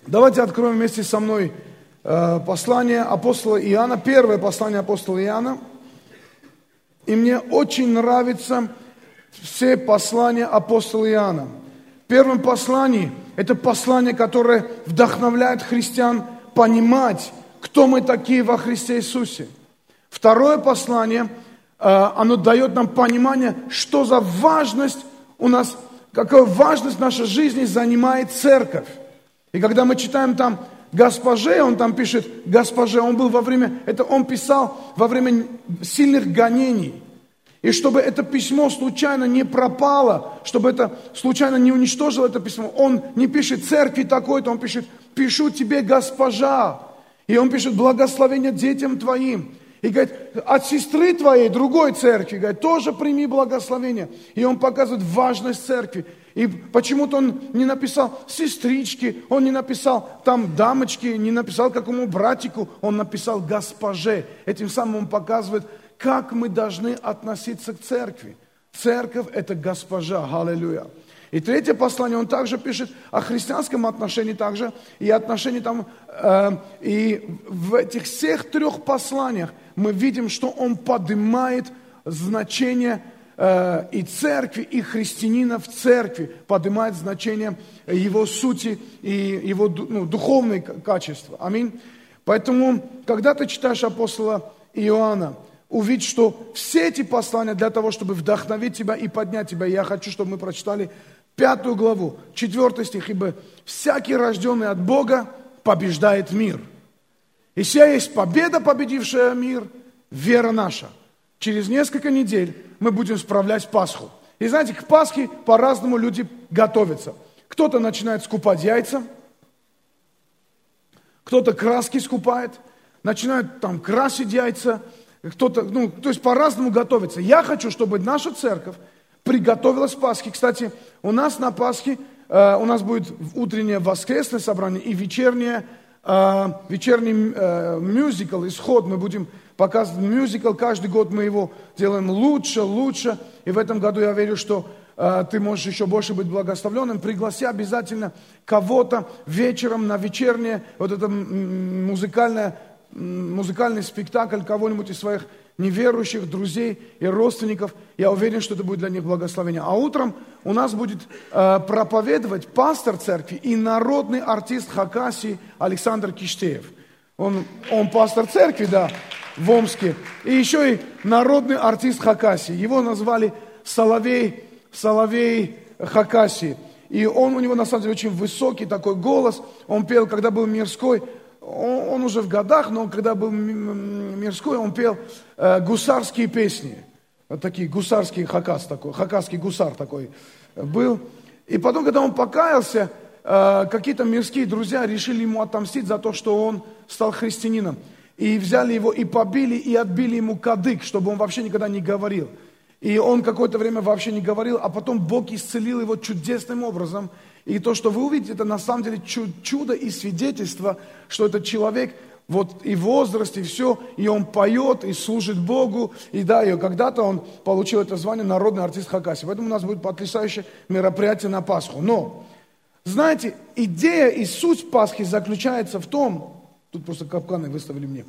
Давайте откроем вместе со мной послание апостола Иоанна, первое послание апостола Иоанна. И мне очень нравятся все послания апостола Иоанна. В первом послании, это послание, которое вдохновляет христиан понимать, кто мы такие во Христе Иисусе. Второе послание, оно дает нам понимание, что за важность у нас, какую важность в нашей жизни занимает церковь. И когда мы читаем там «Госпоже», он там пишет «Госпоже», он был он писал во время сильных гонений. И чтобы это письмо случайно не пропало, чтобы это случайно не уничтожило это письмо, он не пишет «Церкви такой-то», он пишет «Пишу тебе, госпожа». И он пишет «Благословение детям твоим». И говорит, от сестры твоей, другой церкви, говорит, тоже прими благословение. И он показывает важность церкви. И почему-то он не написал сестрички, он не написал там дамочки, не написал какому братику, он написал госпоже. Этим самым он показывает, как мы должны относиться к церкви. Церковь – это госпожа, аллилуйя. И третье послание, он также пишет о христианском отношении также, и отношении там, и в этих всех трех посланиях мы видим, что он поднимает значение и церкви, и христианина в церкви, поднимает значение его сути и его духовные качества. Аминь. Поэтому, когда ты читаешь апостола Иоанна, увидь, что все эти послания для того, чтобы вдохновить тебя и поднять тебя, я хочу, чтобы мы прочитали 5 главу, 4 стих, ибо всякий, рожденный от Бога, побеждает мир. И сия есть победа, победившая мир, вера наша. Через несколько недель мы будем справлять Пасху. И знаете, к Пасхе по-разному люди готовятся. Кто-то начинает скупать яйца, кто-то краски скупает, начинают там красить яйца, кто-то, то есть по-разному готовится. Я хочу, чтобы наша церковь приготовилась к Пасхе. Кстати, у нас на Пасхе, у нас будет утреннее воскресное собрание и вечерний мюзикл, исход. Мы будем показывать мюзикл, каждый год мы его делаем лучше. И в этом году я верю, что ты можешь еще больше быть благословленным. Пригласи обязательно кого-то вечером на вечернее, вот это музыкальный спектакль, кого-нибудь из своих неверующих друзей и родственников. Я уверен, что это будет для них благословение. А утром у нас будет проповедовать пастор церкви и народный артист Хакасии Александр Киштеев. Он пастор церкви, да, в Омске. И еще и народный артист Хакасии. Его назвали Соловей Хакасии. И у него на самом деле очень высокий такой голос. Он пел, когда был Мирской. Он уже в годах, но когда был Мирской, он пел гусарские песни. Вот такие гусарские хакасский гусар такой был. И потом, когда он покаялся, какие-то мирские друзья решили ему отомстить за то, что он стал христианином. И взяли его и побили, и отбили ему кадык, чтобы он вообще никогда не говорил. И он какое-то время вообще не говорил, а потом Бог исцелил его чудесным образом. И то, что вы увидите, это на самом деле чудо и свидетельство, что этот человек, вот и возраст, и все, и он поет, и служит Богу. И да, и когда-то он получил это звание народный артист Хакасии. Поэтому у нас будет потрясающее мероприятие на Пасху. Но, знаете, идея и суть Пасхи заключается в том, тут просто капканы выставили мне.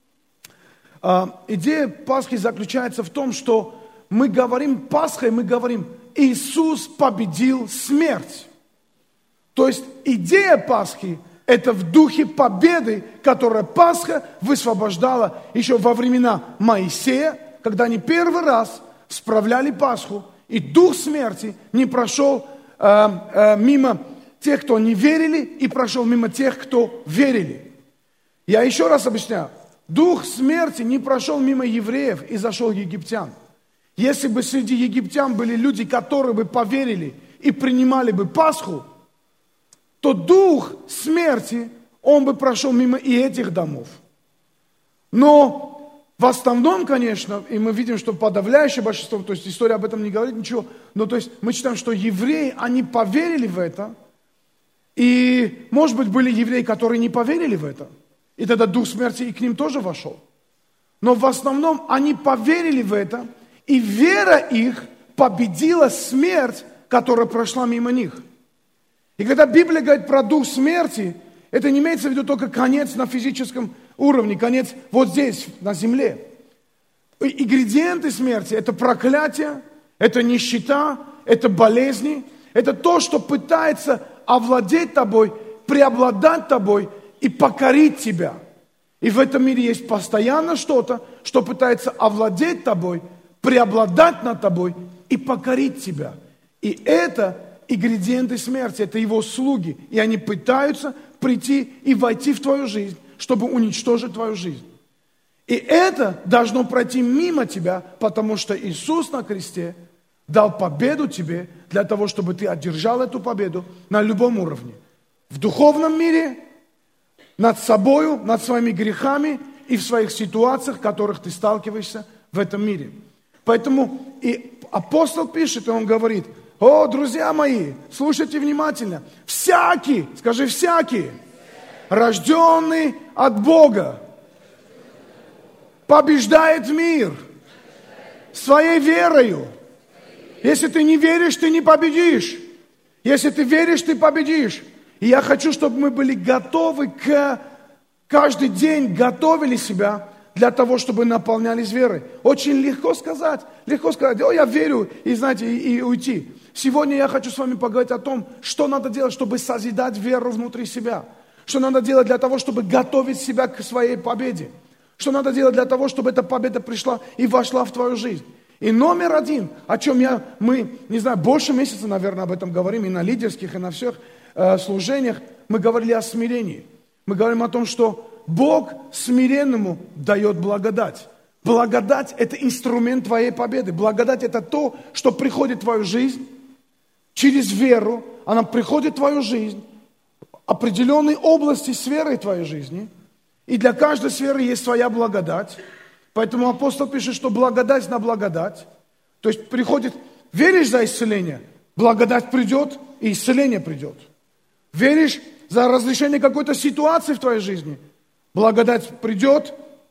Идея Пасхи заключается в том, что мы говорим Пасхой, мы говорим, Иисус победил смерть. То есть идея Пасхи – это в духе победы, которую Пасха высвобождала еще во времена Моисея, когда они первый раз справляли Пасху, и дух смерти не прошел мимо тех, кто не верили, и прошел мимо тех, кто верили. Я еще раз объясняю. Дух смерти не прошел мимо евреев и зашел египтян. Если бы среди египтян были люди, которые бы поверили и принимали бы Пасху, то дух смерти, он бы прошел мимо и этих домов. Но в основном, конечно, и мы видим, что подавляющее большинство, то есть история об этом не говорит ничего, но то есть мы читаем, что евреи, они поверили в это, и, может быть, были евреи, которые не поверили в это, и тогда дух смерти и к ним тоже вошел. Но в основном они поверили в это, и вера их победила смерть, которая прошла мимо них. И когда Библия говорит про дух смерти, Это не имеется в виду только конец на физическом уровне, конец вот здесь, на земле. Ингредиенты смерти – это проклятие, это нищета, это болезни, это то, что пытается овладеть тобой, преобладать тобой и покорить тебя. И в этом мире есть постоянно что-то, что пытается овладеть тобой, преобладать над тобой и покорить тебя. И это ингредиенты смерти, это его слуги. И они пытаются прийти и войти в твою жизнь, чтобы уничтожить твою жизнь. И это должно пройти мимо тебя, потому что Иисус на кресте дал победу тебе для того, чтобы ты одержал эту победу на любом уровне. В духовном мире, над собою, над своими грехами и в своих ситуациях, в которых ты сталкиваешься в этом мире. Поэтому и апостол пишет, и он говорит: о, друзья мои, слушайте внимательно. Всякий, скажи, всякий, рожденный от Бога, побеждает мир своей верою. Если ты не веришь, ты не победишь. Если ты веришь, ты победишь. И я хочу, чтобы мы были готовы каждый день готовили себя для того, чтобы наполнялись верой. Очень легко сказать, о, я верю, и, знаете, и уйти. Сегодня я хочу с вами поговорить о том, что надо делать, чтобы созидать веру внутри себя. Что надо делать для того, чтобы готовить себя к своей победе. Что надо делать для того, чтобы эта победа пришла и вошла в твою жизнь. И номер один, о чем мы, не знаю, больше месяца, наверное, об этом говорим, и на лидерских, и на всех служениях, мы говорили о смирении. Мы говорим о том, что Бог смиренному дает благодать. Благодать – это инструмент твоей победы. Благодать – это то, что приходит в твою жизнь через веру. Она приходит в твою жизнь, определенные области сферы твоей жизни. И для каждой сферы есть своя благодать. Поэтому апостол пишет, что благодать на благодать. То есть приходит, веришь за исцеление, благодать придет, и исцеление придет. Веришь за разрешение какой-то ситуации в твоей жизни, благодать придет,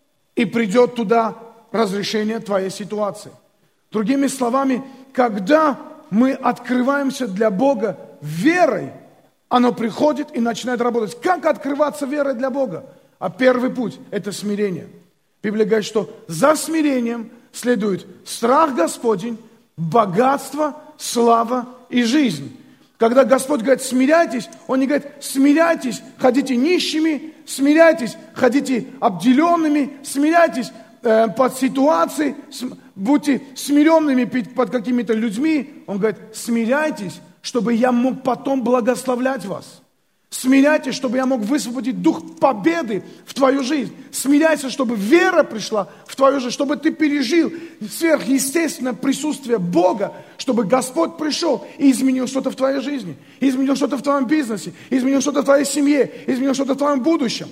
и придет туда разрешение твоей ситуации. Другими словами, когда мы открываемся для Бога верой, оно приходит и начинает работать. Как открываться верой для Бога? А первый путь – это смирение. Библия говорит, что за смирением следует страх Господень, богатство, слава и жизнь. Когда Господь говорит «смиряйтесь», Он не говорит «смиряйтесь, ходите нищими», «смиряйтесь, ходите обделенными», «смиряйтесь под ситуацией», «будьте смиренными под какими-то людьми». Он говорит «смиряйтесь, чтобы я мог потом благословлять вас». Смиряйтесь, чтобы я мог высвободить дух победы в твою жизнь. Смиряйся, чтобы вера пришла в твою жизнь, чтобы ты пережил сверхъестественное присутствие Бога, чтобы Господь пришел и изменил что-то в твоей жизни, изменил что-то в твоем бизнесе, изменил что-то в твоей семье, изменил что-то в твоем будущем.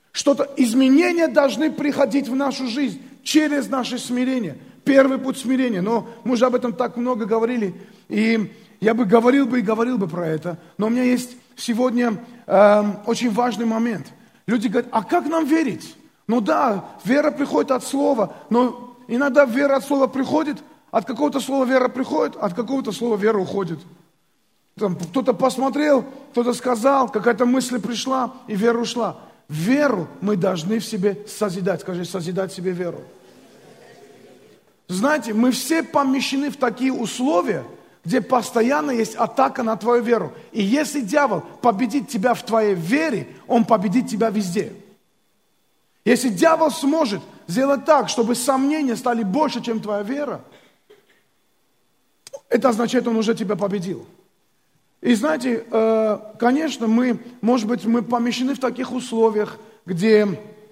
Изменения должны приходить в нашу жизнь через наше смирение. Первый путь смирения. Но мы уже об этом так много говорили, и я бы говорил бы про это, но у меня есть сегодня очень важный момент. Люди говорят, а как нам верить? Ну да, вера приходит от слова, но иногда вера от слова приходит, от какого-то слова вера приходит, от какого-то слова вера уходит. Там кто-то посмотрел, кто-то сказал, какая-то мысль пришла, и вера ушла. Веру мы должны в себе созидать. Скажи, созидать в себе веру. Знаете, мы все помещены в такие условия, где постоянно есть атака на твою веру. И если дьявол победит тебя в твоей вере, он победит тебя везде. Если дьявол сможет сделать так, чтобы сомнения стали больше, чем твоя вера, это означает, он уже тебя победил. И знаете, конечно, может быть, мы помещены в таких условиях, где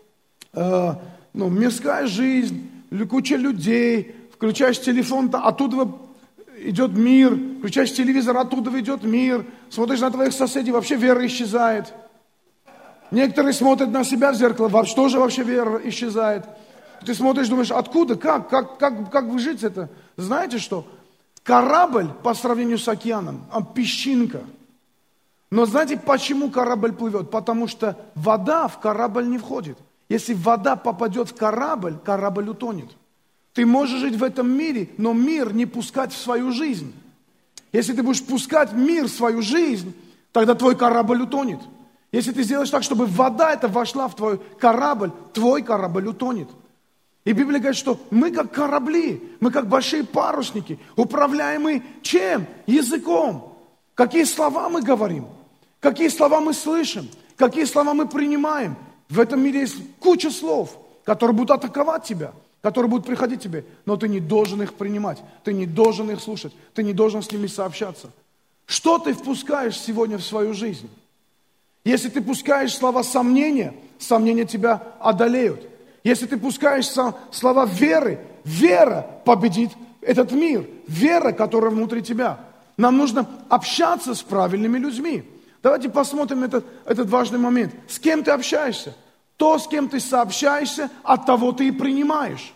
мирская жизнь, куча людей, включаешь телефон, оттуда идет мир, включаешь телевизор, оттуда идет мир, смотришь на твоих соседей, вообще вера исчезает. Некоторые смотрят на себя в зеркало, что же вообще вера исчезает. Ты смотришь, думаешь, откуда, как вы жить это? Знаете что? Корабль по сравнению с океаном, он песчинка. Но знаете, почему корабль плывет? Потому что вода в корабль не входит. Если вода попадет в корабль, корабль утонет. Ты можешь жить в этом мире, но мир не пускать в свою жизнь. Если ты будешь пускать мир в свою жизнь, тогда твой корабль утонет. Если ты сделаешь так, чтобы вода эта вошла в твой корабль утонет. И Библия говорит, что мы как корабли, мы как большие парусники, управляемые чем? Языком. Какие слова мы говорим, какие слова мы слышим, какие слова мы принимаем. В этом мире есть куча слов, которые будут атаковать тебя, которые будут приходить к тебе, но ты не должен их принимать, ты не должен их слушать, ты не должен с ними сообщаться. Что ты впускаешь сегодня в свою жизнь? Если ты пускаешь слова сомнения, сомнения тебя одолеют. Если ты пускаешь слова веры, вера победит этот мир, вера, которая внутри тебя. Нам нужно общаться с правильными людьми. Давайте посмотрим этот важный момент. С кем ты общаешься? То, с кем ты сообщаешься, от того ты и принимаешь.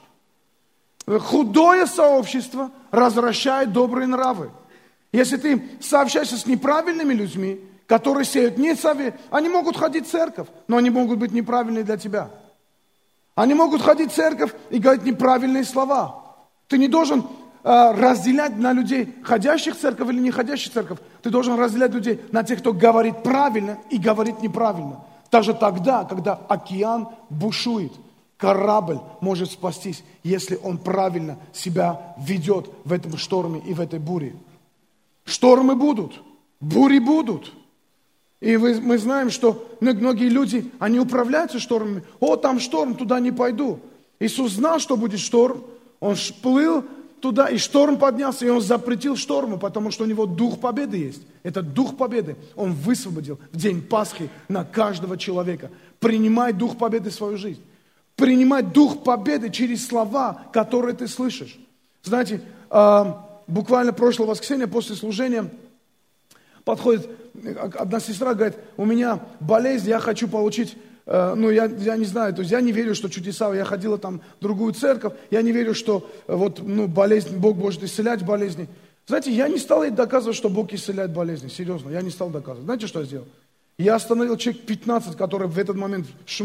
Худое сообщество развращает добрые нравы. Если ты сообщаешься с неправильными людьми, которые сеют не совет, они могут ходить в церковь, но они могут быть неправильные для тебя. Они могут ходить в церковь и говорить неправильные слова. Ты не должен разделять на людей, ходящих в церковь или не ходящих в церковь. Ты должен разделять людей на тех, кто говорит правильно и говорит неправильно. Даже тогда, когда океан бушует, корабль может спастись, если он правильно себя ведет в этом шторме и в этой буре. Штормы будут, бури будут. И мы знаем, что многие люди, они управляются штормами. О, там шторм, туда не пойду. Иисус знал, что будет шторм. Он плыл туда, и шторм поднялся, и он запретил шторму, потому что у него дух победы есть. Этот дух победы он высвободил в день Пасхи на каждого человека. Принимай дух победы в свою жизнь. Принимай дух победы через слова, которые ты слышишь. Знаете, буквально прошлое воскресенье после служения подходит одна сестра, говорит, у меня болезнь, я хочу получить, я не знаю, то есть я не верю, что чудеса, я ходила там в другую церковь, я не верю, что болезнь, Бог может исцелять болезни. Знаете, я не стал ей доказывать, что Бог исцеляет болезни, серьезно, я не стал доказывать. Знаете, что я сделал? Я остановил человек 15, которые в этот момент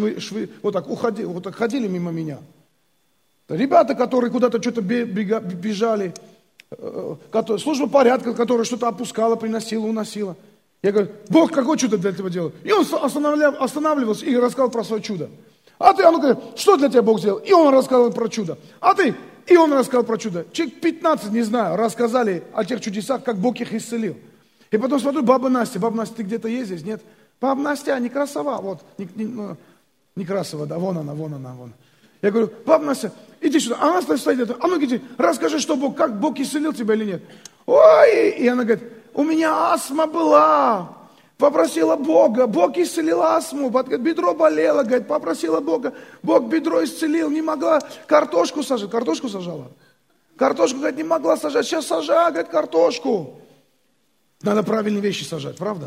ходили мимо меня. Ребята, которые куда-то что-то бежали, служба порядка, которая что-то опускала, приносила, уносила. Я говорю, Бог какое чудо для тебя делает? И он останавливался и рассказал про свое чудо. А ты, говорит, что для тебя Бог сделал? И он рассказал про чудо. А ты, и он рассказал про чудо. Человек 15, не знаю, рассказали о тех чудесах, как Бог их исцелил. И потом смотрю, баба Настя, ты где-то есть здесь? Нет. Баба Настя, Некрасова, вот, Некрасова, да, вон она. Я говорю, баба Настя, иди сюда. Она стоит, иди, расскажи, как Бог исцелил тебя или нет. Ой, и она говорит, у меня астма была, попросила Бога, Бог исцелил астму, бедро болело, говорит, попросила Бога, Бог бедро исцелил, не могла картошку сажать, картошку сажала. Картошку, говорит, не могла сажать, сейчас сажай, говорит, картошку. Надо правильные вещи сажать, правда?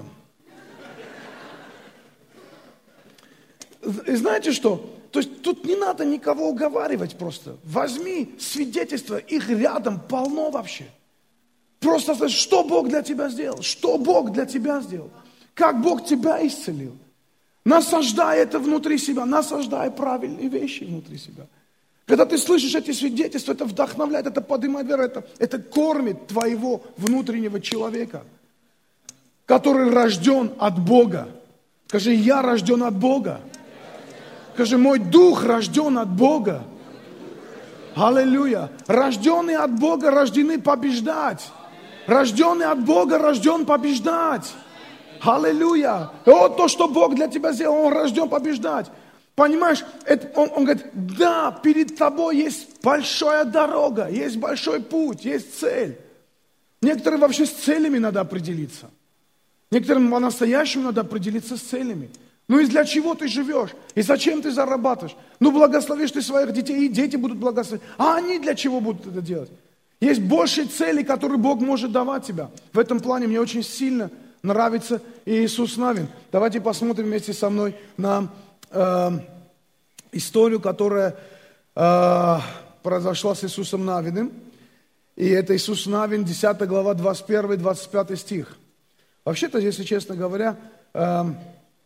И знаете что? То есть тут не надо никого уговаривать просто. Возьми свидетельства, их рядом полно вообще. Просто скажи, что Бог для тебя сделал, что Бог для тебя сделал, как Бог тебя исцелил. Насаждай это внутри себя, насаждай правильные вещи внутри себя. Когда ты слышишь эти свидетельства, это вдохновляет, это поднимает веру, это кормит твоего внутреннего человека, который рожден от Бога. Скажи, я рожден от Бога. Скажи, мой дух рожден от Бога. Аллилуйя. Рожденные от Бога рождены побеждать. Рожденный от Бога рожден побеждать. Аллилуйя. Вот то, что Бог для тебя сделал, Он рожден побеждать. Понимаешь, он говорит, да, перед тобой есть большая дорога, есть большой путь, есть цель. Некоторым вообще с целями надо определиться. Некоторым по-настоящему надо определиться с целями. Ну и для чего ты живешь? И зачем ты зарабатываешь? Ну благословишь ты своих детей, и дети будут благословить. А они для чего будут это делать? Есть большие цели, которые Бог может давать тебе. В этом плане мне очень сильно нравится Иисус Навин. Давайте посмотрим вместе со мной на историю, которая произошла с Иисусом Навиным. И это Иисус Навин, 10 глава, 21-25 стих. Вообще-то, если честно говоря, там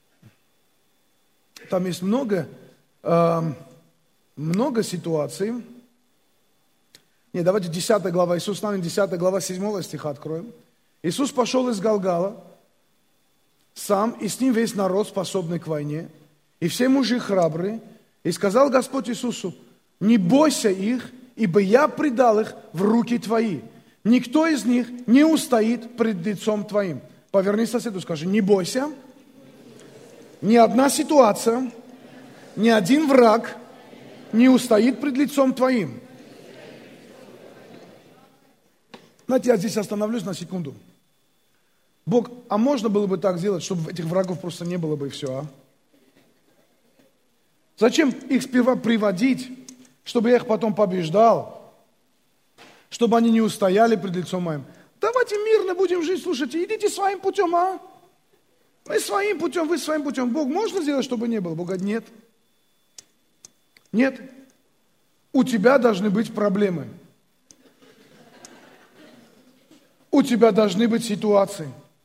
есть много ситуаций. Нет, давайте 10 глава, Иисус Навин, 10 глава, 7 стиха откроем. Иисус пошел из Галгала, сам, и с ним весь народ, способный к войне, и все мужи храбрые. И сказал Господь Иисусу: не бойся их, ибо я предал их в руки твои. Никто из них не устоит пред лицом твоим. Поверни соседу, скажи: не бойся. Ни одна ситуация, ни один враг не устоит пред лицом твоим. Знаете, я здесь остановлюсь на секунду. Бог, а можно было бы так сделать, чтобы этих врагов просто не было бы и все, а? Зачем их сперва приводить, чтобы я их потом побеждал, чтобы они не устояли пред лицом моим? Давайте мирно будем жить, слушайте, идите своим путем, а? Мы своим путем, вы своим путем. Бог, можно сделать, чтобы не было? Бог говорит: нет. Нет. У тебя должны быть проблемы. У тебя должны быть ситуации.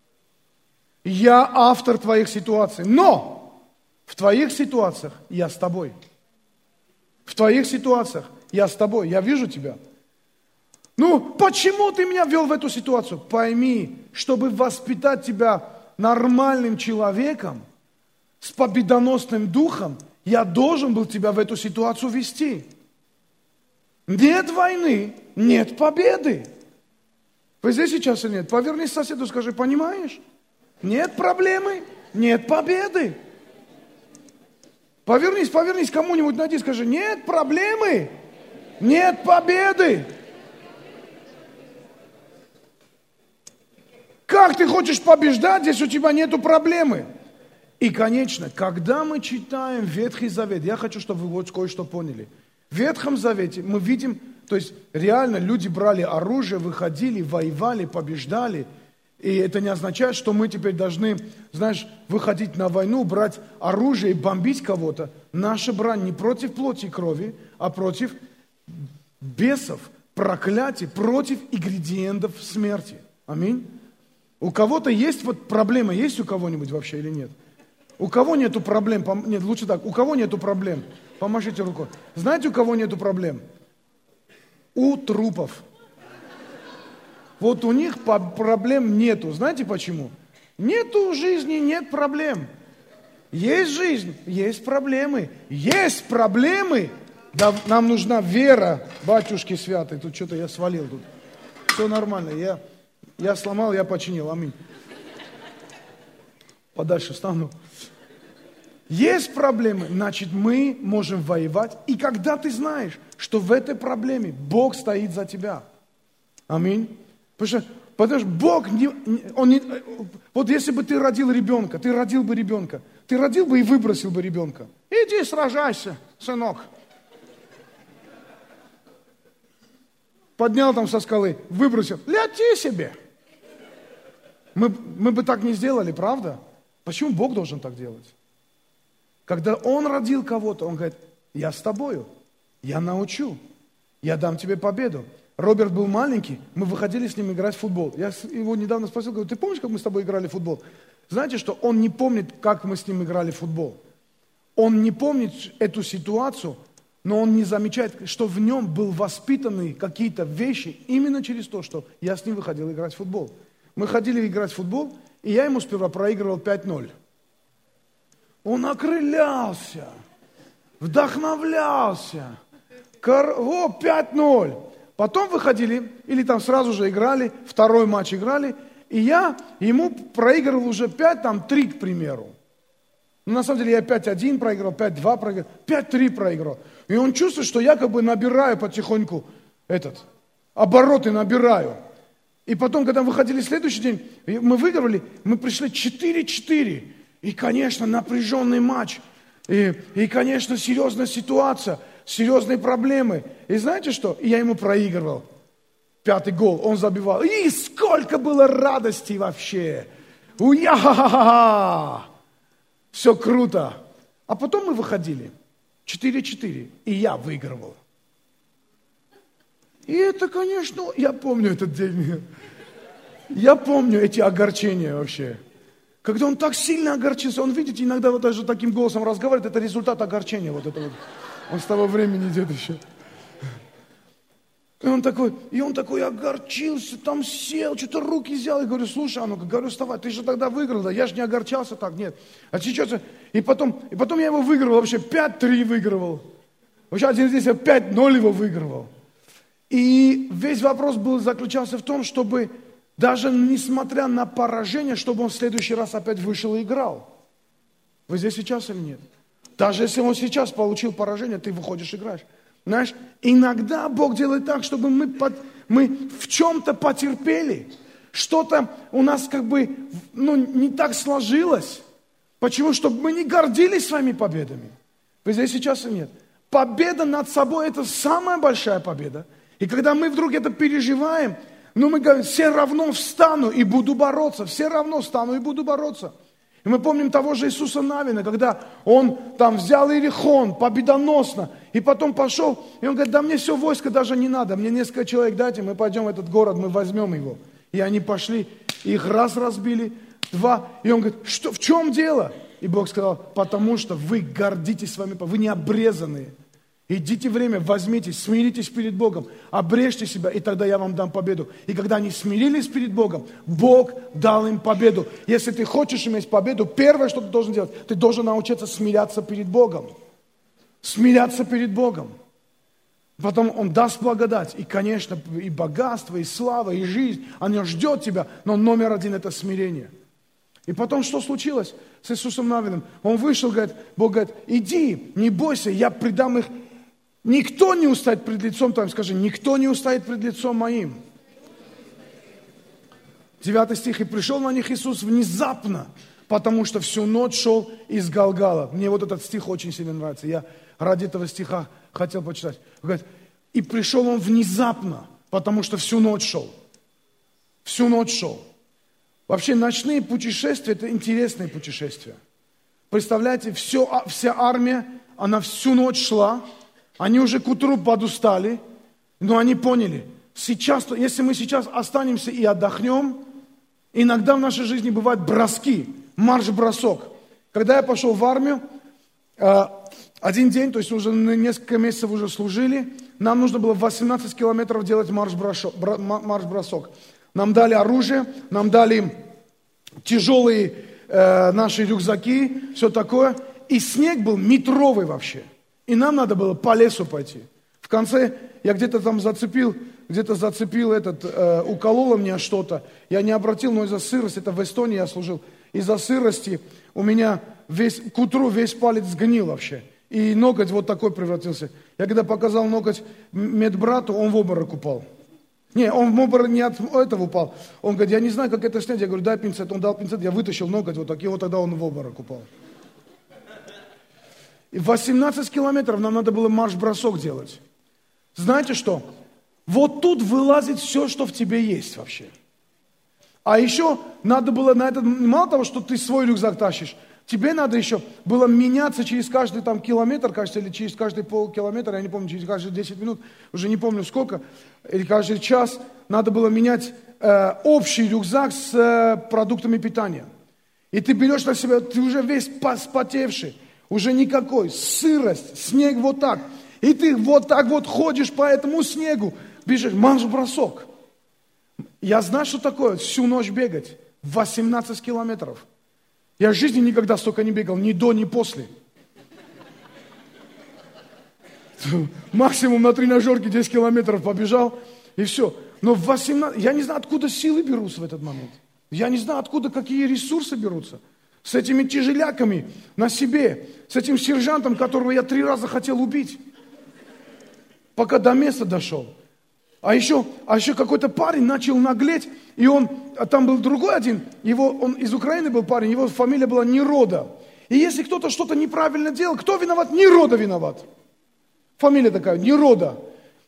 Я автор твоих ситуаций. Но в твоих ситуациях я с тобой. В твоих ситуациях я с тобой. Я вижу тебя. Ну, почему ты меня ввел в эту ситуацию? Пойми, чтобы воспитать тебя нормальным человеком, с победоносным духом, я должен был тебя в эту ситуацию вести. Нет войны, нет победы. Вы здесь сейчас или нет? Повернись к соседу, скажи: понимаешь? Нет проблемы, нет победы. Повернись к кому-нибудь, найди, скажи: нет проблемы, нет победы. Как ты хочешь побеждать, если у тебя нету проблемы? И, конечно, когда мы читаем Ветхий Завет, я хочу, чтобы вы вот кое-что поняли. В Ветхом Завете мы видим, то есть реально люди брали оружие, выходили, воевали, побеждали. И это не означает, что мы теперь должны, знаешь, выходить на войну, брать оружие и бомбить кого-то. Наша брань не против плоти и крови, а против бесов, проклятий, против ингредиентов смерти. Аминь. У кого-то есть вот проблема, есть у кого-нибудь вообще или нет? У кого нету проблем? Нет, лучше так. У кого нету проблем? Помашите рукой. Знаете, у кого нету проблем? У трупов. Вот у них проблем нету. Знаете почему? Нету жизни, нет проблем. Есть жизнь, есть проблемы. Есть проблемы. Да, нам нужна вера, батюшки святые. Тут что-то я свалил тут. Все нормально. Я сломал, я починил. Аминь. Подальше встану. Есть проблемы, значит, мы можем воевать. И когда ты знаешь, что в этой проблеме Бог стоит за тебя. Аминь. Потому что Бог, вот если бы ты родил ребенка, ты родил бы и выбросил бы ребенка. Иди сражайся, сынок. Поднял там со скалы, выбросил, лети себе. Мы бы так не сделали, правда? Почему Бог должен так делать? Когда Он родил кого-то, Он говорит: я с тобою, я научу, я дам тебе победу. Роберт был маленький, мы выходили с ним играть в футбол. Я его недавно спросил, говорю: ты помнишь, как мы с тобой играли в футбол? Знаете, что он не помнит, как мы с ним играли в футбол. Он не помнит эту ситуацию, но он не замечает, что в нем был воспитаны какие-то вещи именно через то, что я с ним выходил играть в футбол. Мы ходили играть в футбол, и я ему сперва проигрывал 5-0. Он окрылялся, вдохновлялся. 5-0. Потом выходили, или там сразу же играли, второй матч играли, и я ему проигрывал уже 5-3, к примеру. Но на самом деле я 5-1 проиграл, 5-2 проиграл, 5-3 проиграл. И он чувствует, что я как бы набираю потихоньку обороты набираю. И потом, когда выходили следующий день, мы выиграли, мы пришли 4-4. И, конечно, напряженный матч. И, конечно, серьезная ситуация, серьезные проблемы. И знаете что? Я ему проигрывал. 5-й гол, он забивал. И сколько было радости вообще. Уя-ха-ха-ха! Все круто. А потом мы выходили. 4-4. И я выигрывал. И это, конечно, я помню этот день. Я помню эти огорчения вообще. Когда он так сильно огорчился, он, видите, иногда вот даже таким голосом разговаривает, это результат огорчения. Вот это вот. Он с того времени идет еще. И он такой огорчился, там сел, что-то руки взял. И говорю, слушай, говорю, вставай, ты же тогда выиграл, да? Я же не огорчался так, нет. А сейчас, и потом я его выиграл, вообще 5-3 выигрывал. Вообще один здесь я 5-0 его выигрывал. И весь вопрос заключался в том, чтобы даже несмотря на поражение, чтобы он в следующий раз опять вышел и играл. Вы здесь сейчас или нет? Даже если он сейчас получил поражение, ты выходишь и играешь. Знаешь, иногда Бог делает так, чтобы мы в чем-то потерпели. Что-то у нас не так сложилось. Почему? Чтобы мы не гордились своими победами. Вы здесь сейчас или нет? Победа над собой – это самая большая победа. И когда мы вдруг это переживаем, мы говорим, все равно встану и буду бороться. Все равно встану и буду бороться. И мы помним того же Иисуса Навина, когда он там взял Иерихон победоносно, и потом пошел, и он говорит, да мне все войско даже не надо, мне несколько человек дайте, мы пойдем в этот город, мы возьмем его. И они пошли, их раз разбили, два, и он говорит, в чем дело? И Бог сказал, потому что вы гордитесь своими, вы не обрезанные. Идите время, возьмитесь, смиритесь перед Богом, обрежьте себя, и тогда я вам дам победу. И когда они смирились перед Богом, Бог дал им победу. Если ты хочешь иметь победу, первое, что ты должен делать, ты должен научиться смиряться перед Богом. Смиряться перед Богом. Потом Он даст благодать. И, конечно, и богатство, и слава, и жизнь. Оно ждет тебя, но номер один – это смирение. И потом что случилось с Иисусом Навином? Он вышел, говорит, Бог говорит, иди, не бойся, я предам их. Никто не устоит пред лицом твоим, скажи, никто не устоит пред лицом моим. 9 стих, и пришел на них Иисус внезапно, потому что всю ночь шел из Галгала. Мне вот этот стих очень сильно нравится, я ради этого стиха хотел почитать. Он говорит, и пришел он внезапно, потому что всю ночь шел. Всю ночь шел. Вообще ночные путешествия, это интересные путешествия. Представляете, вся армия, она всю ночь шла, они уже к утру подустали, но они поняли, сейчас, если мы сейчас останемся и отдохнем, иногда в нашей жизни бывают броски, марш-бросок. Когда я пошел в армию, один день, то есть уже несколько месяцев уже служили, нам нужно было 18 километров делать марш-бросок. Нам дали оружие, нам дали тяжелые наши рюкзаки, все такое. И снег был метровый вообще. И нам надо было по лесу пойти. В конце я где-то там зацепил укололо меня что-то. Я не обратил, но из-за сырости, это в Эстонии я служил, из-за сырости у меня к утру весь палец сгнил вообще. И ноготь вот такой превратился. Я когда показал ноготь медбрату, он в обморок упал. Не, он в обморок не от этого упал. Он говорит, я не знаю, как это снять. Я говорю, дай пинцет. Он дал пинцет, я вытащил ноготь вот так, и вот тогда он в обморок упал. И 18 километров нам надо было марш-бросок делать. Знаете что? Вот тут вылазит все, что в тебе есть вообще. А еще надо было на это, мало того, что ты свой рюкзак тащишь, тебе надо еще было меняться через каждый там километр, кажется, или через каждый полкилометра, я не помню, через каждые 10 минут, уже не помню сколько, или каждый час надо было менять общий рюкзак с продуктами питания. И ты берешь на себя, ты уже весь спотевший, уже никакой, сырость, снег вот так. И ты вот так вот ходишь по этому снегу, бежишь, марш-бросок. Я знаю, что такое всю ночь бегать, 18 километров. Я в жизни никогда столько не бегал, ни до, ни после. Максимум на тренажерке 10 километров побежал, и все. Но в 18, я не знаю, откуда силы берутся в этот момент. Я не знаю, откуда какие ресурсы берутся. С этими тяжеляками на себе, с этим сержантом, которого я 3 раза хотел убить, пока до места дошел. А еще какой-то парень начал наглеть, и там был другой один, он из Украины был парень, его фамилия была Нерода. И если кто-то что-то неправильно делал, кто виноват? Нерода виноват. Фамилия такая, Нерода.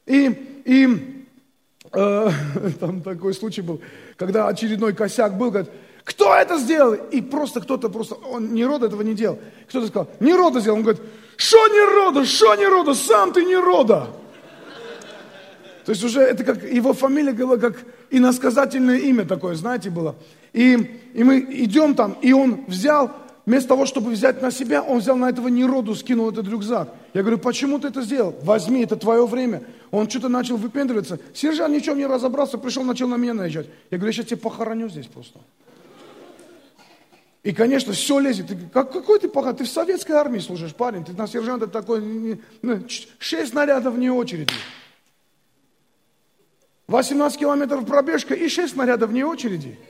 Там такой случай был, когда очередной косяк был, говорит, кто это сделал? И Нерода этого не делал. Кто-то сказал, Нерода сделал. Он говорит, что Нерода, сам ты Нерода. То есть уже это как, его фамилия была как иносказательное имя такое, знаете, было. И мы идем там, и он взял вместо того, чтобы взять на себя, он взял на этого нероду, скинул этот рюкзак. Я говорю, почему ты это сделал? Возьми, это твое время. Он что-то начал выпендриваться. Сержант ничего не разобрался, пришел, начал на меня наезжать. Я говорю, я сейчас тебя похороню здесь просто. И, конечно, все лезет. Какой ты поход? Ты в советской армии служишь, парень. Ты на сержанта такой, 6 снарядов вне очереди. 18 километров пробежка и 6 снарядов вне очереди.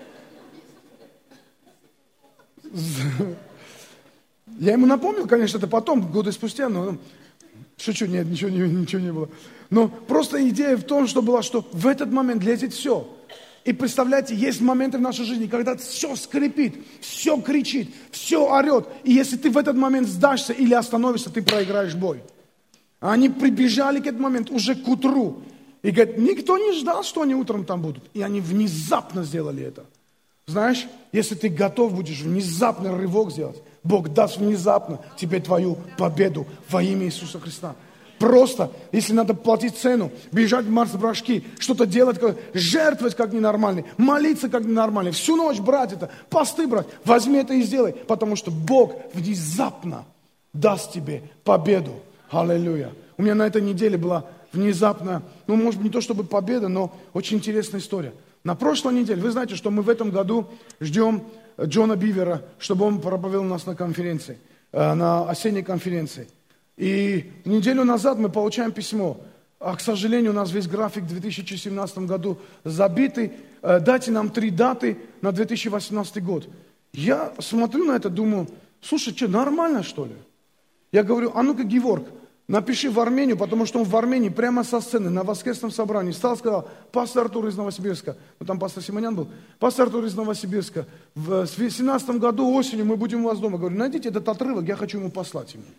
Я ему напомнил, конечно, это потом, годы спустя, но шучу, нет, ничего не было. Но просто идея в том, что была, что в этот момент лезет все. И представляете, есть моменты в нашей жизни, когда все скрипит, все кричит, все орет. И если ты в этот момент сдашься или остановишься, ты проиграешь бой. А они прибежали к этому моменту уже к утру. И говорят, никто не ждал, что они утром там будут. И они внезапно сделали это. Знаешь, если ты готов будешь внезапный рывок сделать, Бог даст внезапно тебе твою победу во имя Иисуса Христа. Просто, если надо платить цену, бежать в марш-броски, что-то делать, жертвовать как ненормальный, молиться как ненормальный, всю ночь брать это, посты брать, возьми это и сделай, потому что Бог внезапно даст тебе победу. Аллилуйя. У меня на этой неделе была внезапно, может быть, не то чтобы победа, но очень интересная история. На прошлой неделе, вы знаете, что мы в этом году ждем Джона Бивера, чтобы он проповедовал у нас на конференции, на осенней конференции. И неделю назад мы получаем письмо. А, к сожалению, у нас весь график в 2017 году забитый. Дайте нам 3 даты на 2018 год. Я смотрю на это, думаю, слушай, что, нормально что ли? Я говорю, а ну-ка, Геворг, напиши в Армению, потому что он в Армении прямо со сцены на воскресном собрании встал, сказал, пастор Артур из Новосибирска, там пастор Симонян был, пастор Артур из Новосибирска, в 2017 году осенью мы будем у вас дома. Говорю, найдите этот отрывок, я хочу ему послать ему.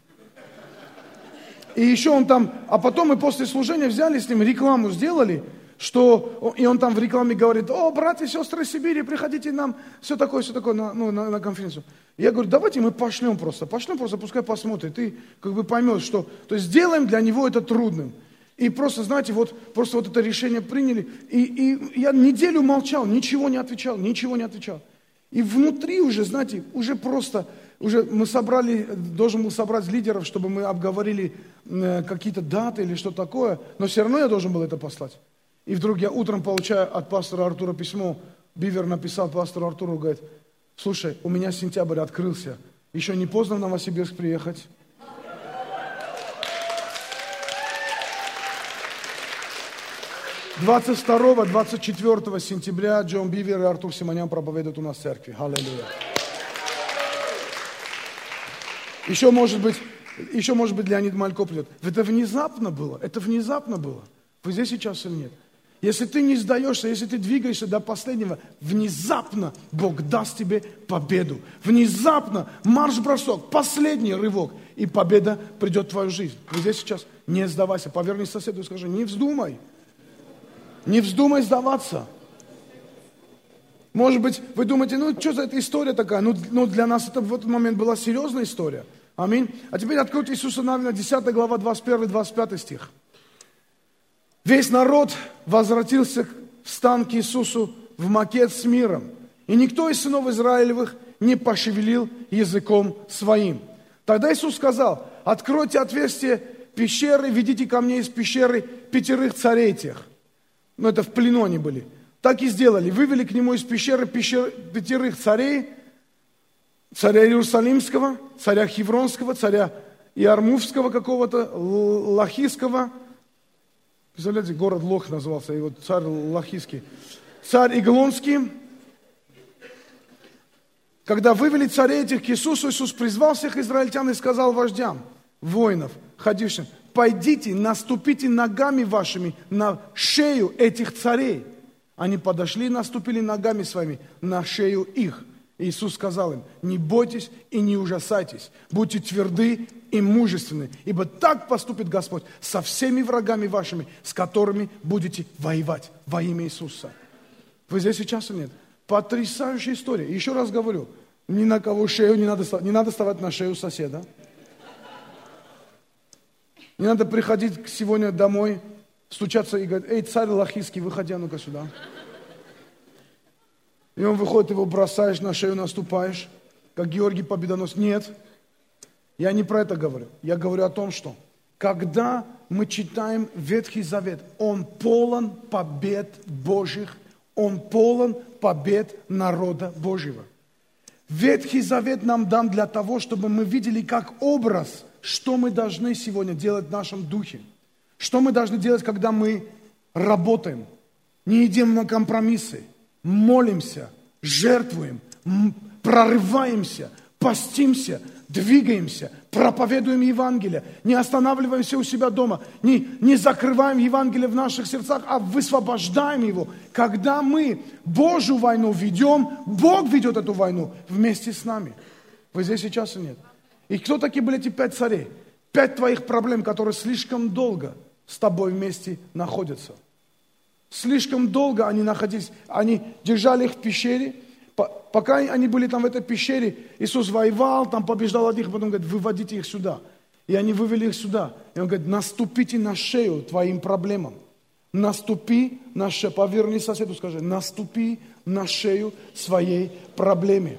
И еще он там, а потом мы после служения взяли с ним, рекламу сделали, что, и он там в рекламе говорит, о, братья и сестры Сибири, приходите нам, все такое на конференцию. Я говорю, давайте мы пошлем просто, пускай посмотрит, и как бы поймет, что, то есть сделаем для него это трудным. И просто, знаете, просто это решение приняли, и я неделю молчал, ничего не отвечал. И внутри уже, знаете, уже мы должен был собрать лидеров, чтобы мы обговорили какие-то даты или что такое, но все равно я должен был это послать. И вдруг я утром получаю от пастора Артура письмо, Бивер написал пастору Артуру, говорит, слушай, у меня сентябрь открылся, еще не поздно в Новосибирск приехать. «22-24 сентября Джон Бивер и Артур Симонян проповедуют у нас в церкви. Аллилуйя. Еще, может быть, Леонид Малько придет. Это внезапно было. Вы здесь сейчас или нет? Если ты не сдаешься, если ты двигаешься до последнего, внезапно Бог даст тебе победу. Внезапно марш-бросок, последний рывок, и победа придет в твою жизнь. Вы здесь сейчас? Не сдавайся. Поверни соседу и скажи, не вздумай. Не вздумай сдаваться. Может быть, вы думаете, что за эта история такая? Для нас это в этот момент была серьезная история. Аминь. А теперь откройте Иисуса Навина, 10 глава, 21-25 стих. Весь народ возвратился в стан к Иисусу в Макед с миром. И никто из сынов Израилевых не пошевелил языком своим. Тогда Иисус сказал, откройте отверстие пещеры, ведите ко мне из пещеры 5 царей тех. Это в плену они были. Так и сделали. Вывели к нему из пещеры 5 царей. Царя Иерусалимского, царя Хевронского, царя Иармувского какого-то, Лахийского. Представляете, город Лох назывался, и царь Лахийский. Царь Иглонский. Когда вывели царей этих к Иисусу, Иисус призвал всех израильтян и сказал вождям, воинов, ходившим, пойдите, наступите ногами вашими на шею этих царей. Они подошли и наступили ногами своими на шею их. Иисус сказал им, не бойтесь и не ужасайтесь, будьте тверды и мужественны, ибо так поступит Господь со всеми врагами вашими, с которыми будете воевать во имя Иисуса. Вы здесь сейчас или нет? Потрясающая история. Еще раз говорю, ни на кого шею не надо вставать на шею соседа. Не надо приходить сегодня домой, стучаться и говорить, эй, царь Лахийский, выходи, ну-ка сюда. И он выходит, его бросаешь, на шею наступаешь. как Георгий Победоносец. Нет, я не про это говорю. Я говорю о том, что когда мы читаем Ветхий Завет, он полон побед Божьих, он полон побед народа Божьего. Ветхий Завет нам дан для того, чтобы мы видели как образ, что мы должны сегодня делать в нашем духе. Что мы должны делать, когда мы работаем, не идем на компромиссы, молимся, жертвуем, прорываемся, постимся, двигаемся, проповедуем Евангелие, не останавливаемся у себя дома, не закрываем Евангелие в наших сердцах, а высвобождаем его. Когда мы Божью войну ведем, Бог ведет эту войну вместе с нами. Вы здесь сейчас и нет? И кто такие были эти 5 царей? 5 твоих проблем, которые слишком долго с тобой вместе находятся. Слишком долго они находились, они держали их в пещере. Пока они были там в этой пещере, Иисус воевал, там побеждал одних, потом говорит, выводите их сюда. И они вывели их сюда. И он говорит, наступите на шею твоим проблемам. Наступи на шею, поверни соседу, скажи, наступи на шею своей проблеме.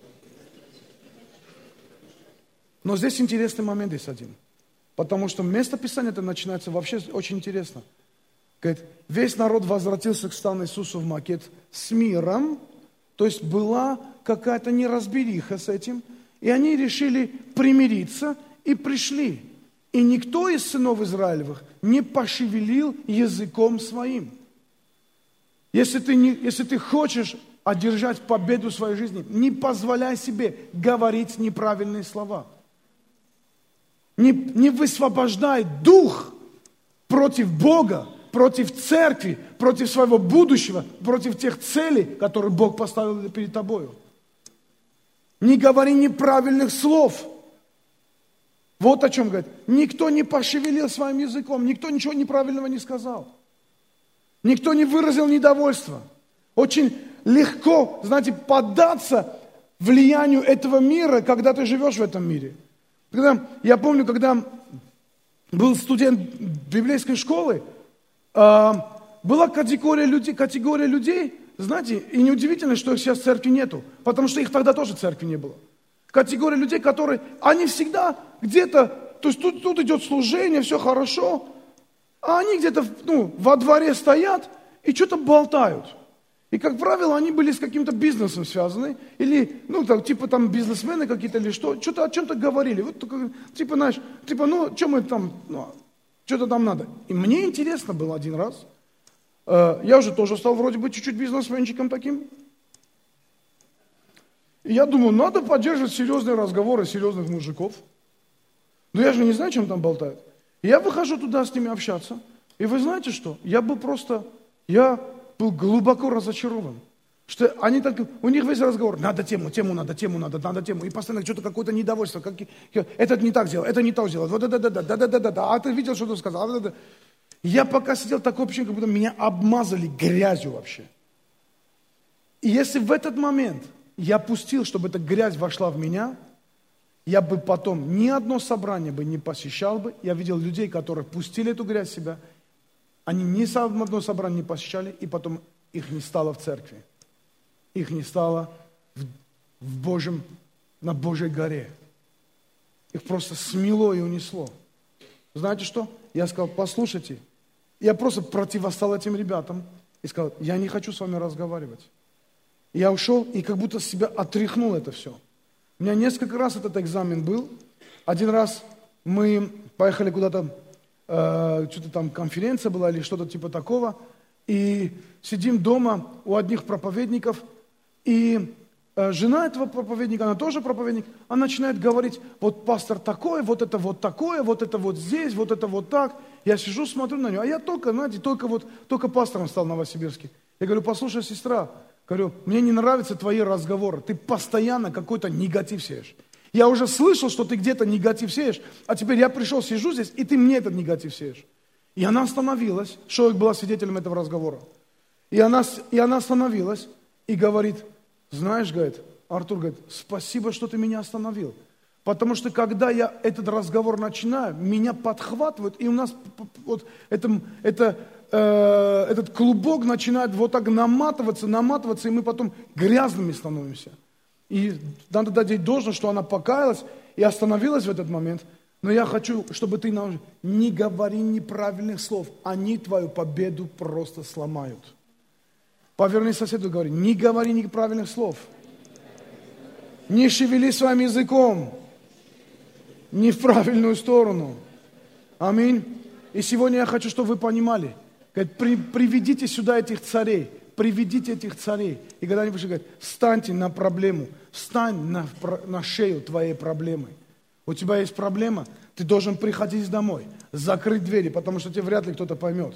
Но здесь интересный момент есть один. Потому что место Писания это начинается вообще очень интересно. Говорит, весь народ возвратился к стану Иисусу в Макед с миром. То есть была какая-то неразбериха с этим. И они решили примириться и пришли. И никто из сынов Израилевых не пошевелил языком своим. Если ты хочешь одержать победу в своей жизни, не позволяй себе говорить неправильные слова. Не высвобождай дух против Бога, против церкви, против своего будущего, против тех целей, которые Бог поставил перед тобою. Не говори неправильных слов. Вот о чем говорит. Никто не пошевелил своим языком, никто ничего неправильного не сказал. Никто не выразил недовольства. Очень легко, знаете, поддаться влиянию этого мира, когда ты живешь в этом мире. Я помню, когда был студент библейской школы, была категория людей, знаете, и неудивительно, что их сейчас в церкви нету, потому что их тогда тоже в церкви не было. Категория людей, которые, они всегда где-то, то есть тут идет служение, все хорошо, а они где-то во дворе стоят и что-то болтают. И, как правило, они были с каким-то бизнесом связаны, или, типа там бизнесмены какие-то, или что-то о чем-то говорили. Вот, что мы там, что-то там надо. И мне интересно было один раз, я уже тоже стал вроде бы чуть-чуть бизнесменчиком таким. И я думаю, надо поддерживать серьезные разговоры серьезных мужиков. Но я же не знаю, чем там болтают. И я выхожу туда с ними общаться, и вы знаете что? Я был глубоко разочарован. Что они так, у них весь разговор, надо тему, и постоянно что-то какое-то недовольство, этот не так сделал, это не так сделал, вот да, а ты видел, что ты сказал, Я пока сидел такое ощущение, как будто меня обмазали грязью вообще. И если в этот момент я пустил, чтобы эта грязь вошла в меня, я бы потом ни одно собрание бы не посещал бы, я видел людей, которые пустили эту грязь в себя, они ни одно собрание не посещали, и потом их не стало в церкви. Их не стало на Божьей горе. Их просто смело и унесло. Знаете что? Я сказал, послушайте, я просто противостал этим ребятам и сказал, я не хочу с вами разговаривать. Я ушел и как будто себя отряхнул это все. У меня несколько раз этот экзамен был. Один раз мы поехали куда-то, что-то там конференция была или что-то типа такого, и сидим дома у одних проповедников, и жена этого проповедника, она тоже проповедник, она начинает говорить, вот пастор такой, вот это вот такое, вот это вот здесь, вот это вот так. Я сижу, смотрю на нее, а я только пастором стал в Новосибирске. Я говорю, послушай, сестра, говорю, мне не нравятся твои разговоры, ты постоянно какой-то негатив сеешь. Я уже слышал, что ты где-то негатив сеешь, а теперь я пришел, сижу здесь, и ты мне этот негатив сеешь. И она остановилась, Шоик была свидетелем этого разговора. И она остановилась и говорит, знаешь, говорит, Артур говорит, спасибо, что ты меня остановил. Потому что когда я этот разговор начинаю, меня подхватывают, и у нас вот этот клубок начинает вот так наматываться, и мы потом грязными становимся. И надо дать ей должное, что она покаялась и остановилась в этот момент. Но я хочу, чтобы ты не говори неправильных слов. Они твою победу просто сломают. Поверни соседу и говори, не говори неправильных слов. Не шевели своим языком. Не в правильную сторону. Аминь. И сегодня я хочу, чтобы вы понимали. Говорит, приведите сюда этих царей. Приведите этих царей. И когда они пришли, говорят, встаньте на проблему. Встань на шею твоей проблемы. У тебя есть проблема, ты должен приходить домой. Закрыть двери, потому что тебе вряд ли кто-то поймет.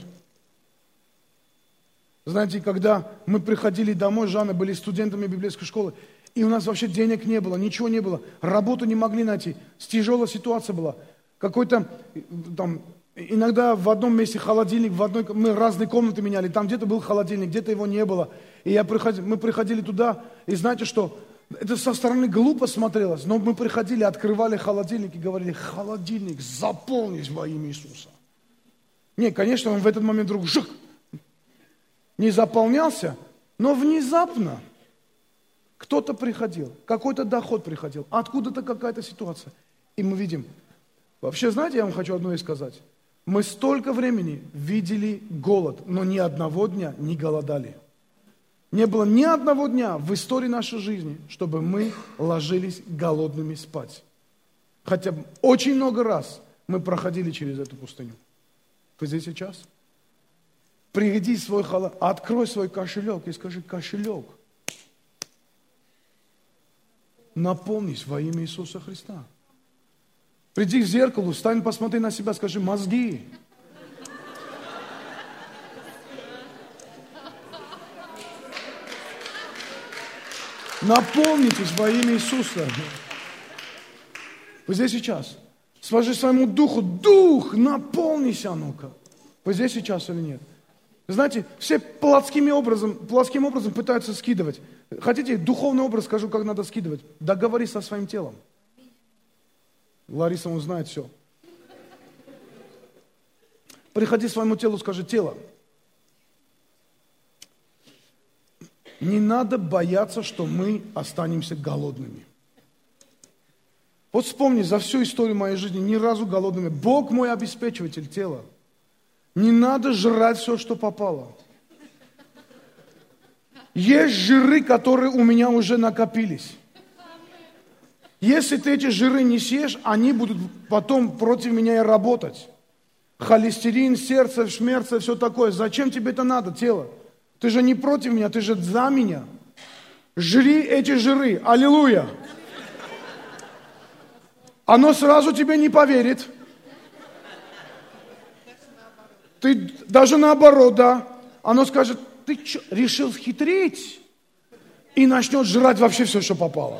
Знаете, когда мы приходили домой, Жанна, были студентами библейской школы, и у нас вообще денег не было, ничего не было, работу не могли найти, тяжелая ситуация была. Какой-то там, иногда в одном месте холодильник, мы разные комнаты меняли, там где-то был холодильник, где-то его не было. И мы приходили туда, и знаете что, это со стороны глупо смотрелось, но мы приходили, открывали холодильник и говорили, холодильник, заполнись во имя Иисуса. Не, конечно, он в этот момент вдруг не заполнялся, но внезапно кто-то приходил, какой-то доход приходил, откуда-то какая-то ситуация. И мы видим, вообще, знаете, я вам хочу одно и сказать. Мы столько времени видели голод, но ни одного дня не голодали. Не было ни одного дня в истории нашей жизни, чтобы мы ложились голодными спать. Хотя очень много раз мы проходили через эту пустыню. Вы здесь сейчас? Приди свой халат, открой свой кошелек и скажи, кошелек, наполнись во имя Иисуса Христа. Приди к зеркалу, встань, посмотри на себя, скажи, мозги. Наполнитесь во имя Иисуса. Вы здесь сейчас? Скажи своему духу, дух, наполнись, ну-ка. Вы здесь сейчас или нет? Знаете, все плотским образом пытаются скидывать. Хотите, духовный образ скажу, как надо скидывать? Договорись со своим телом. Лариса, он знает все. Приходи к своему телу, скажи, тело. Не надо бояться, что мы останемся голодными. Вот вспомни, за всю историю моей жизни ни разу голодными. Бог мой обеспечиватель тела. Не надо жрать все, что попало. Есть жиры, которые у меня уже накопились. Если ты эти жиры не съешь, они будут потом против меня и работать. Холестерин, сердце, шмерце, все такое. Зачем тебе это надо, тело? Ты же не против меня, ты же за меня. Жри эти жиры. Аллилуйя. Оно сразу тебе не поверит. Ты даже наоборот, да. Оно скажет, ты что, решил схитрить? И начнет жрать вообще все, что попало.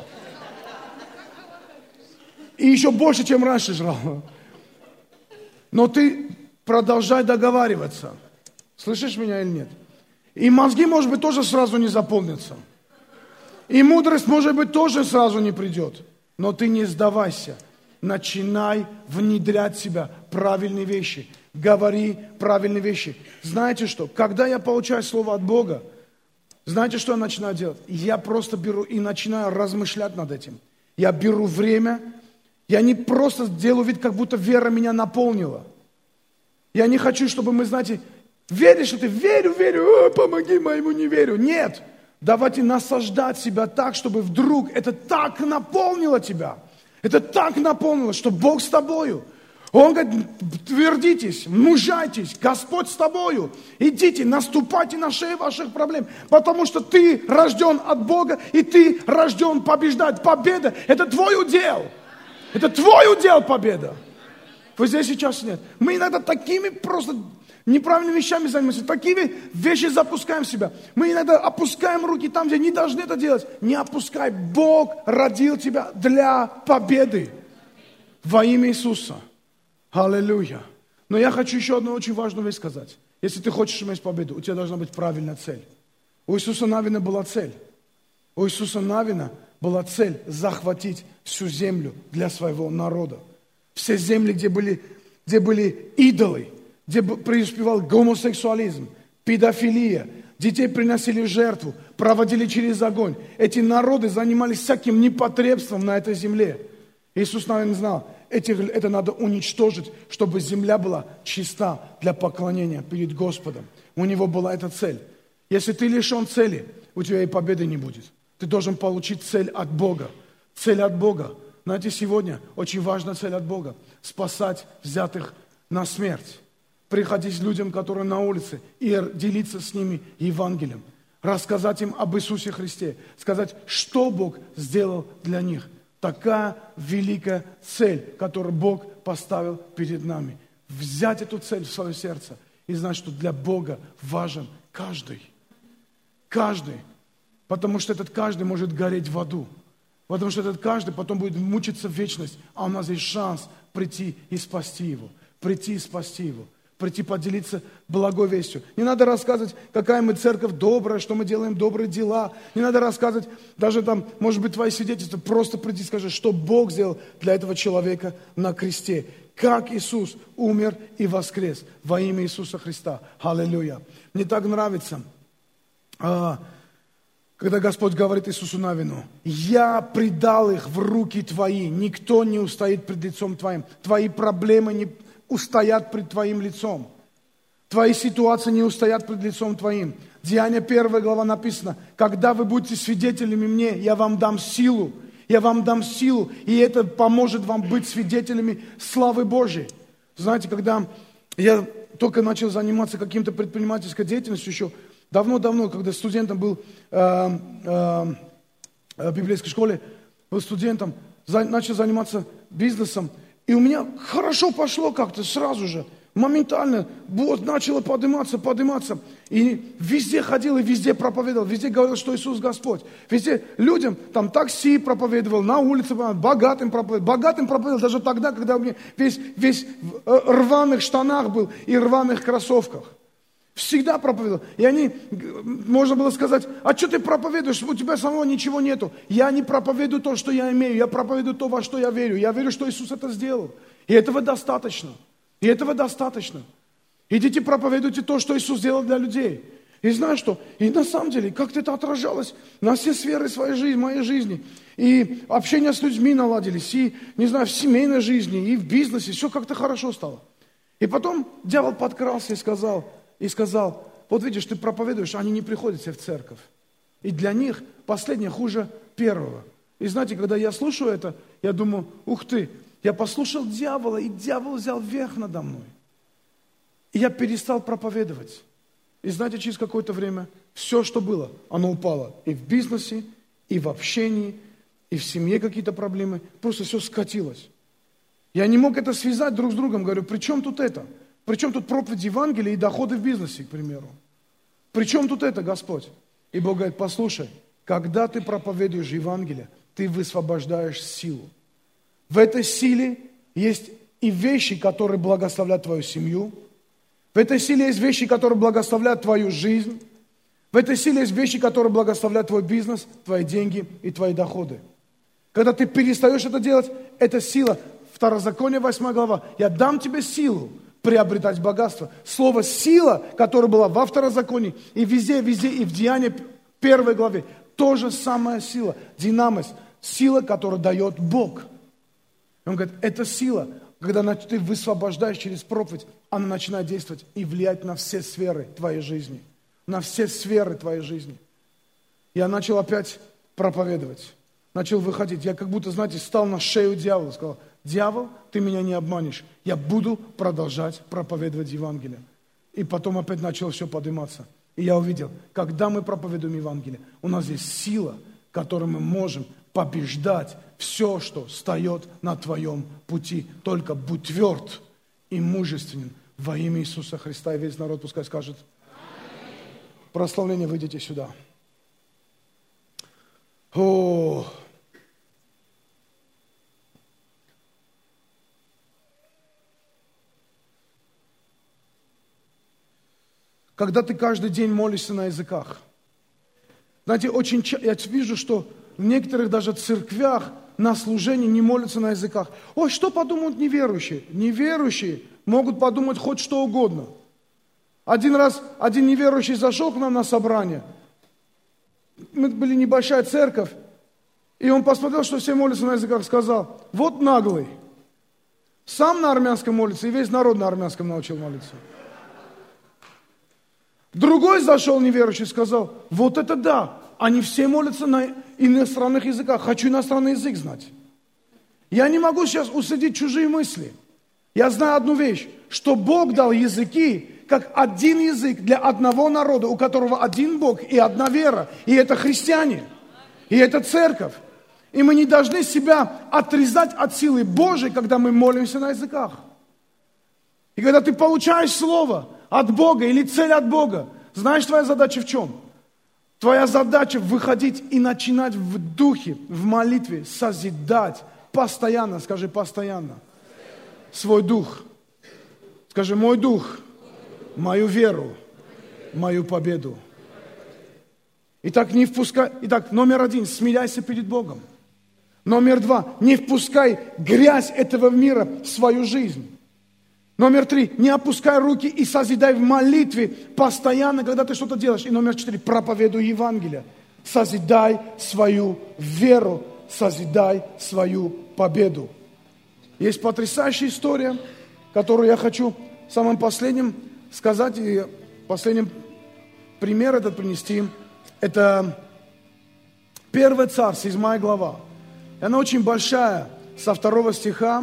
И еще больше, чем раньше жрал. Но ты продолжай договариваться. Слышишь меня или нет? И мозги, может быть, тоже сразу не заполнятся. И мудрость, может быть, тоже сразу не придет. Но ты не сдавайся. Начинай внедрять в себя правильные вещи. Говори правильные вещи. Знаете что? Когда я получаю слово от Бога, знаете, что я начинаю делать? Я просто беру и начинаю размышлять над этим. Я беру время. Я не просто делаю вид, как будто вера меня наполнила. Я не хочу, чтобы мы, знаете, веришь, что ты верю, помоги моему неверию. Нет. Давайте насаждать себя так, чтобы вдруг это так наполнило тебя. Это так наполнило, что Бог с тобою. Он говорит, твердитесь, мужайтесь, Господь с тобою. Идите, наступайте на шею ваших проблем. Потому что ты рожден от Бога, и ты рожден побеждать. Победа – это твой удел. Это твой удел, победа. Вы здесь сейчас нет. Мы иногда такими просто неправильными вещами занимаемся. Такими вещи запускаем в себя. Мы иногда опускаем руки там, где не должны это делать. Не опускай. Бог родил тебя для победы. Во имя Иисуса. Аллилуйя. Но я хочу еще одну очень важную вещь сказать. Если ты хочешь иметь победу, у тебя должна быть правильная цель. У Иисуса Навина была цель. У Иисуса Навина была цель захватить всю землю для своего народа. Все земли, где были идолы, где преуспевал гомосексуализм, педофилия, детей приносили в жертву, проводили через огонь. Эти народы занимались всяким непотребством на этой земле. Иисус, наверное, знал, это надо уничтожить, чтобы земля была чиста для поклонения перед Господом. У него была эта цель. Если ты лишен цели, у тебя и победы не будет. Ты должен получить цель от Бога. Цель от Бога. Знаете, сегодня очень важная цель от Бога. Спасать взятых на смерть. Приходить к людям, которые на улице, и делиться с ними Евангелием. Рассказать им об Иисусе Христе. Сказать, что Бог сделал для них. Такая великая цель, которую Бог поставил перед нами. Взять эту цель в свое сердце и знать, что для Бога важен каждый. Каждый. Потому что этот каждый может гореть в аду. Потому что этот каждый потом будет мучиться в вечность. А у нас есть шанс прийти и спасти его. Прийти и спасти его. Прийти поделиться благой вестью. Не надо рассказывать, какая мы церковь добрая, что мы делаем добрые дела. Не надо рассказывать, даже там, может быть, твои свидетельства. Просто приди и скажи, что Бог сделал для этого человека на кресте. Как Иисус умер и воскрес во имя Иисуса Христа. Аллилуйя. Мне так нравится, когда Господь говорит Иисусу Навину: «Я предал их в руки твои, никто не устоит пред лицом твоим». Твои проблемы не устоят пред твоим лицом. Твои ситуации не устоят пред лицом твоим. Деяния 1 глава написано: «Когда вы будете свидетелями мне, я вам дам силу». Я вам дам силу, и это поможет вам быть свидетелями славы Божьей. Знаете, когда я только начал заниматься каким-то предпринимательской деятельностью, еще давно-давно, когда студентом был в библейской школе, был студентом, начал заниматься бизнесом, и у меня хорошо пошло как-то сразу же, моментально, вот, начало подниматься. И везде ходил, и везде проповедовал, везде говорил, что Иисус Господь. Везде людям, там, такси проповедовал, на улице, богатым проповедовал, даже тогда, когда у меня весь в рваных штанах был и рваных кроссовках. Всегда проповедовал. И они, можно было сказать: а что ты проповедуешь, у тебя самого ничего нету. Я не проповедую то, что я имею, я проповедую то, во что я верю. Я верю, что Иисус это сделал. И этого достаточно. Идите проповедуйте то, что Иисус сделал для людей. И знаешь что? И на самом деле, как-то это отражалось на все сферы своей жизни, моей жизни. И общение с людьми наладились, и, не знаю, в семейной жизни, и в бизнесе, все как-то хорошо стало. И потом дьявол подкрался и сказал: вот видишь, ты проповедуешь, они не приходят все в церковь. И для них последнее хуже первого. И знаете, когда я слушаю это, я думаю: ух ты, я послушал дьявола, и дьявол взял верх надо мной. И я перестал проповедовать. И знаете, через какое-то время все, что было, оно упало. И в бизнесе, и в общении, и в семье какие-то проблемы. Просто все скатилось. Я не мог это связать друг с другом. Говорю: при чем тут это? При чем тут проповедь Евангелия и доходы в бизнесе, к примеру? При чем тут это, Господь? И Бог говорит: послушай, когда ты проповедуешь Евангелие, ты высвобождаешь силу. В этой силе есть и вещи, которые благословляют твою семью. В этой силе есть вещи, которые благословляют твою жизнь. В этой силе есть вещи, которые благословляют твой бизнес, твои деньги и твои доходы. Когда ты перестаешь это делать, это сила. Второзаконие, 8 глава. Я дам тебе силу приобретать богатство. Слово «сила», которое было во Второзаконии, и везде, и в Деянии 1 главе, тоже самая сила. Динамос. Сила, которую дает Бог. Он говорит: эта сила, когда ты высвобождаешь через проповедь, она начинает действовать и влиять на все сферы твоей жизни. На все сферы твоей жизни. Я начал опять проповедовать. Начал выходить. Я как будто, знаете, стал на шею дьявола. Сказал: дьявол, ты меня не обманешь. Я буду продолжать проповедовать Евангелие. И потом опять начало все подниматься. И я увидел, когда мы проповедуем Евангелие, у нас есть сила, которой мы можем побеждать все, что встает на твоем пути. Только будь тверд и мужественен во имя Иисуса Христа. И весь народ пускай скажет: прославление, выйдите сюда. О! Когда ты каждый день молишься на языках. Знаете, очень я вижу, что в некоторых даже церквях на служении не молятся на языках. Ой, что подумают неверующие? Неверующие могут подумать хоть что угодно. Один раз один неверующий зашел к нам на собрание. Мы были небольшая церковь. И он посмотрел, что все молятся на языках, сказал: вот наглый. Сам на армянском молится, и весь народ на армянском научил молиться. Другой зашел неверующий, сказал: вот это да, они все молятся на иностранных языках. Хочу иностранный язык знать. Я не могу сейчас усадить чужие мысли. Я знаю одну вещь, что Бог дал языки, как один язык для одного народа, у которого один Бог и одна вера. И это христиане, и это церковь. И мы не должны себя отрезать от силы Божией, когда мы молимся на языках. И когда ты получаешь слово от Бога или цель от Бога, знаешь, твоя задача в чем? Твоя задача выходить и начинать в духе, в молитве, созидать постоянно, скажи постоянно, свой дух. Скажи: мой дух, мою веру, мою победу. Итак, номер 1, смиряйся перед Богом. Номер 2, не впускай грязь этого мира в свою жизнь. Номер 3, не опускай руки и созидай в молитве постоянно, когда ты что-то делаешь. И номер 4, проповедуй Евангелие. Созидай свою веру, созидай свою победу. Есть потрясающая история, которую я хочу самым последним сказать, и последним пример этот принести. Это 1 Царь, 7 глава. И она очень большая, со 2 стиха.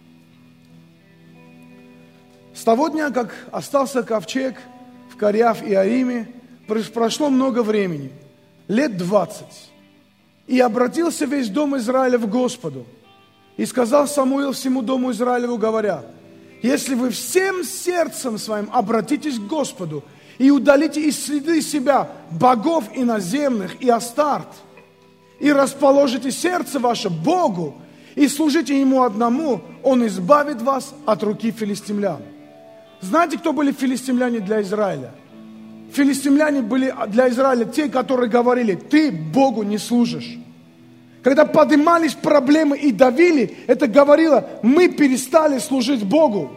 С того дня, как остался ковчег в Кирьяв-Иариме, прошло много времени, лет 20. И обратился весь дом Израиля к Господу. И сказал Самуил всему дому Израилеву, говоря: если вы всем сердцем своим обратитесь к Господу и удалите из среды себя богов иноземных и Астарт, и расположите сердце ваше Богу, и служите Ему одному, Он избавит вас от руки филистимлян. Знаете, кто были филистимляне для Израиля? Филистимляне были для Израиля те, которые говорили: ты Богу не служишь. Когда поднимались проблемы и давили, это говорило: мы перестали служить Богу.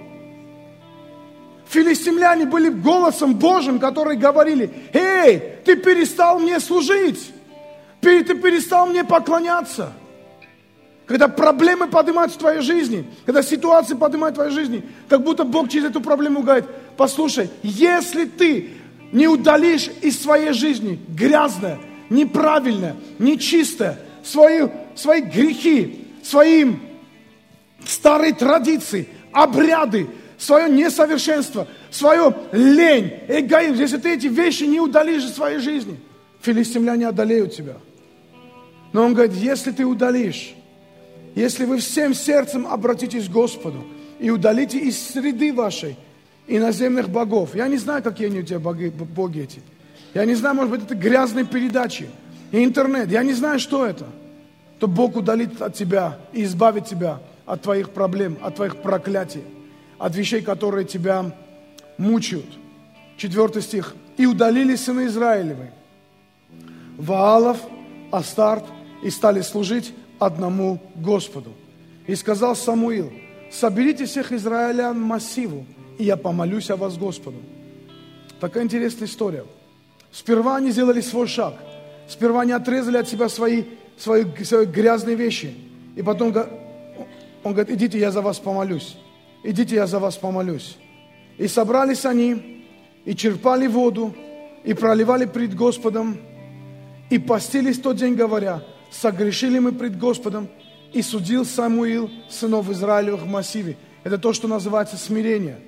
Филистимляне были голосом Божьим, которые говорили: эй, ты перестал мне служить, ты перестал мне поклоняться. Когда проблемы поднимаются в твоей жизни, когда ситуации поднимают в твоей жизни, как будто Бог через эту проблему говорит: послушай, если ты не удалишь из своей жизни грязное, неправильное, нечистое, свои грехи, свои старые традиции, обряды, свое несовершенство, свою лень, эгоизм, если ты эти вещи не удалишь из своей жизни, филистимляне одолеют тебя. Но он говорит: если ты удалишь, если вы всем сердцем обратитесь к Господу и удалите из среды вашей иноземных богов. Я не знаю, какие они у тебя боги эти. Я не знаю, может быть, это грязные передачи и интернет. Я не знаю, что это. То Бог удалит от тебя и избавит тебя от твоих проблем, от твоих проклятий, от вещей, которые тебя мучают. 4 стих. И удалили сыны Израилевы Ваалов, Астарт, и стали служить одному Господу. И сказал Самуил: соберите всех израилян в массиву, и я помолюсь о вас Господу. Такая интересная история. Сперва они сделали свой шаг. Сперва они отрезали от себя свои грязные вещи. И потом он говорит: идите, я за вас помолюсь. Идите, я за вас помолюсь. И собрались они, и черпали воду, и проливали пред Господом, и постились в тот день, говоря: согрешили мы пред Господом. И судил Самуил сынов Израилевых в массиве. Это то, что называется смирение.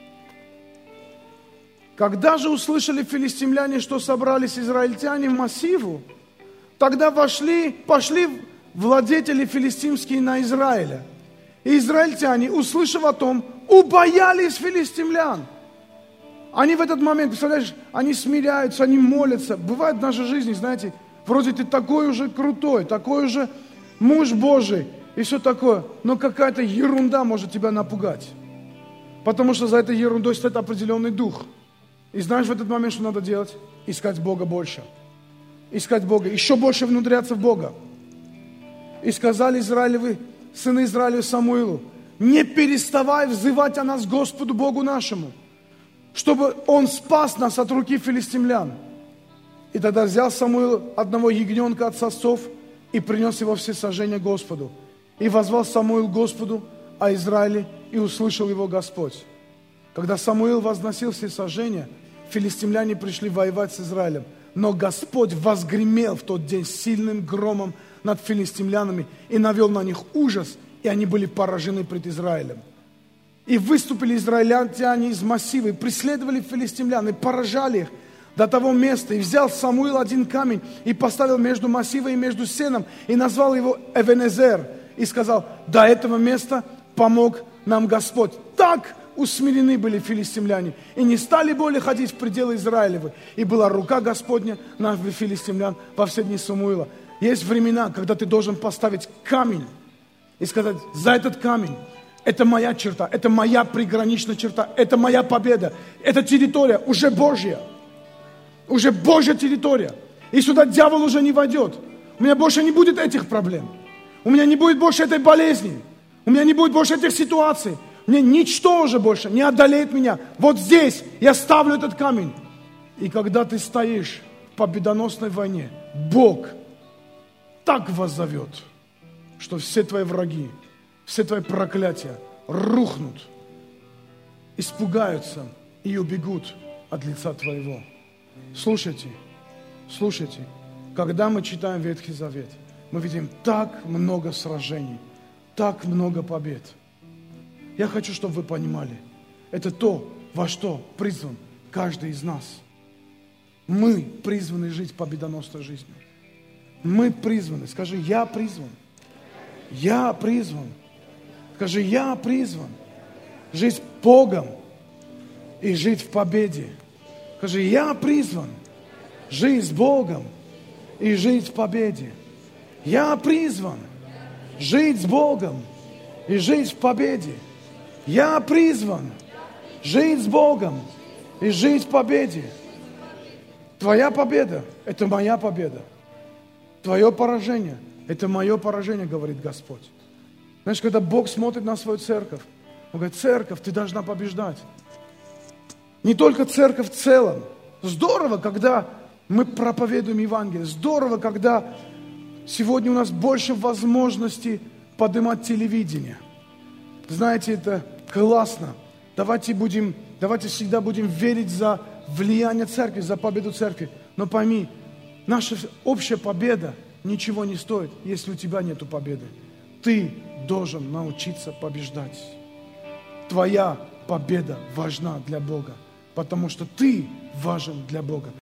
Когда же услышали филистимляне, что собрались израильтяне в массиву, тогда пошли владетели филистимские на Израиля. И израильтяне, услышав о том, убоялись филистимлян. Они в этот момент, представляешь, они смиряются, они молятся. Бывает в нашей жизни, знаете, вроде ты такой уже крутой, такой уже муж Божий и все такое, но какая-то ерунда может тебя напугать. Потому что за этой ерундой стоит определенный дух. И знаешь в этот момент, что надо делать? Искать Бога больше. Искать Бога, еще больше внудряться в Бога. И сказали сыны Израилевы Самуилу: не переставай взывать о нас Господу Богу нашему, чтобы Он спас нас от руки филистимлян. И тогда взял Самуил одного ягненка от сосцов и принес его всесожжение Господу. И воззвал Самуил Господу о Израиле, и услышал его Господь. Когда Самуил возносил всесожжение, филистимляне пришли воевать с Израилем. Но Господь возгремел в тот день сильным громом над филистимлянами и навел на них ужас, и они были поражены пред Израилем. И выступили израильтяне из массива, и преследовали филистимлян, и поражали их до того места. И взял Самуил один камень, и поставил между массивом и между сеном, и назвал его Эвенезер, и сказал: до этого места помог нам Господь. Так усмирены были филистимляне, и не стали более ходить в пределы Израилевы. И была рука Господня на филистимлян во все дни Самуила. Есть времена, когда ты должен поставить камень и сказать: за этот камень, это моя черта, это моя приграничная черта, это моя победа, эта территория уже Божья, уже Божья территория. И сюда дьявол уже не войдет. У меня больше не будет этих проблем. У меня не будет больше этой болезни. У меня не будет больше этих ситуаций. Мне ничто уже больше не одолеет меня. Вот здесь я ставлю этот камень. И когда ты стоишь в победоносной войне, Бог так вас зовет, что все твои враги, все твои проклятия рухнут, испугаются и убегут от лица твоего. Слушайте, когда мы читаем Ветхий Завет, мы видим так много сражений, так много побед. Я хочу, чтобы вы понимали, это то, во что призван каждый из нас. Мы призваны жить победоносной жизнью. Мы призваны. Скажи: я призван. Я призван. Скажи: я призван жить с Богом и жить в победе. Скажи: я призван жить с Богом и жить в победе. Я призван жить с Богом и жить в победе. Я призван жить с Богом и жить в победе. Твоя победа – это моя победа. Твое поражение – это мое поражение, говорит Господь. Знаешь, когда Бог смотрит на свою церковь, Он говорит: церковь, ты должна побеждать. Не только церковь в целом. Здорово, когда мы проповедуем Евангелие. Здорово, когда сегодня у нас больше возможностей поднимать телевидение. Знаете, это классно. Давайте всегда будем верить за влияние церкви, за победу церкви. Но пойми, наша общая победа ничего не стоит, если у тебя нету победы. Ты должен научиться побеждать. Твоя победа важна для Бога, потому что ты важен для Бога.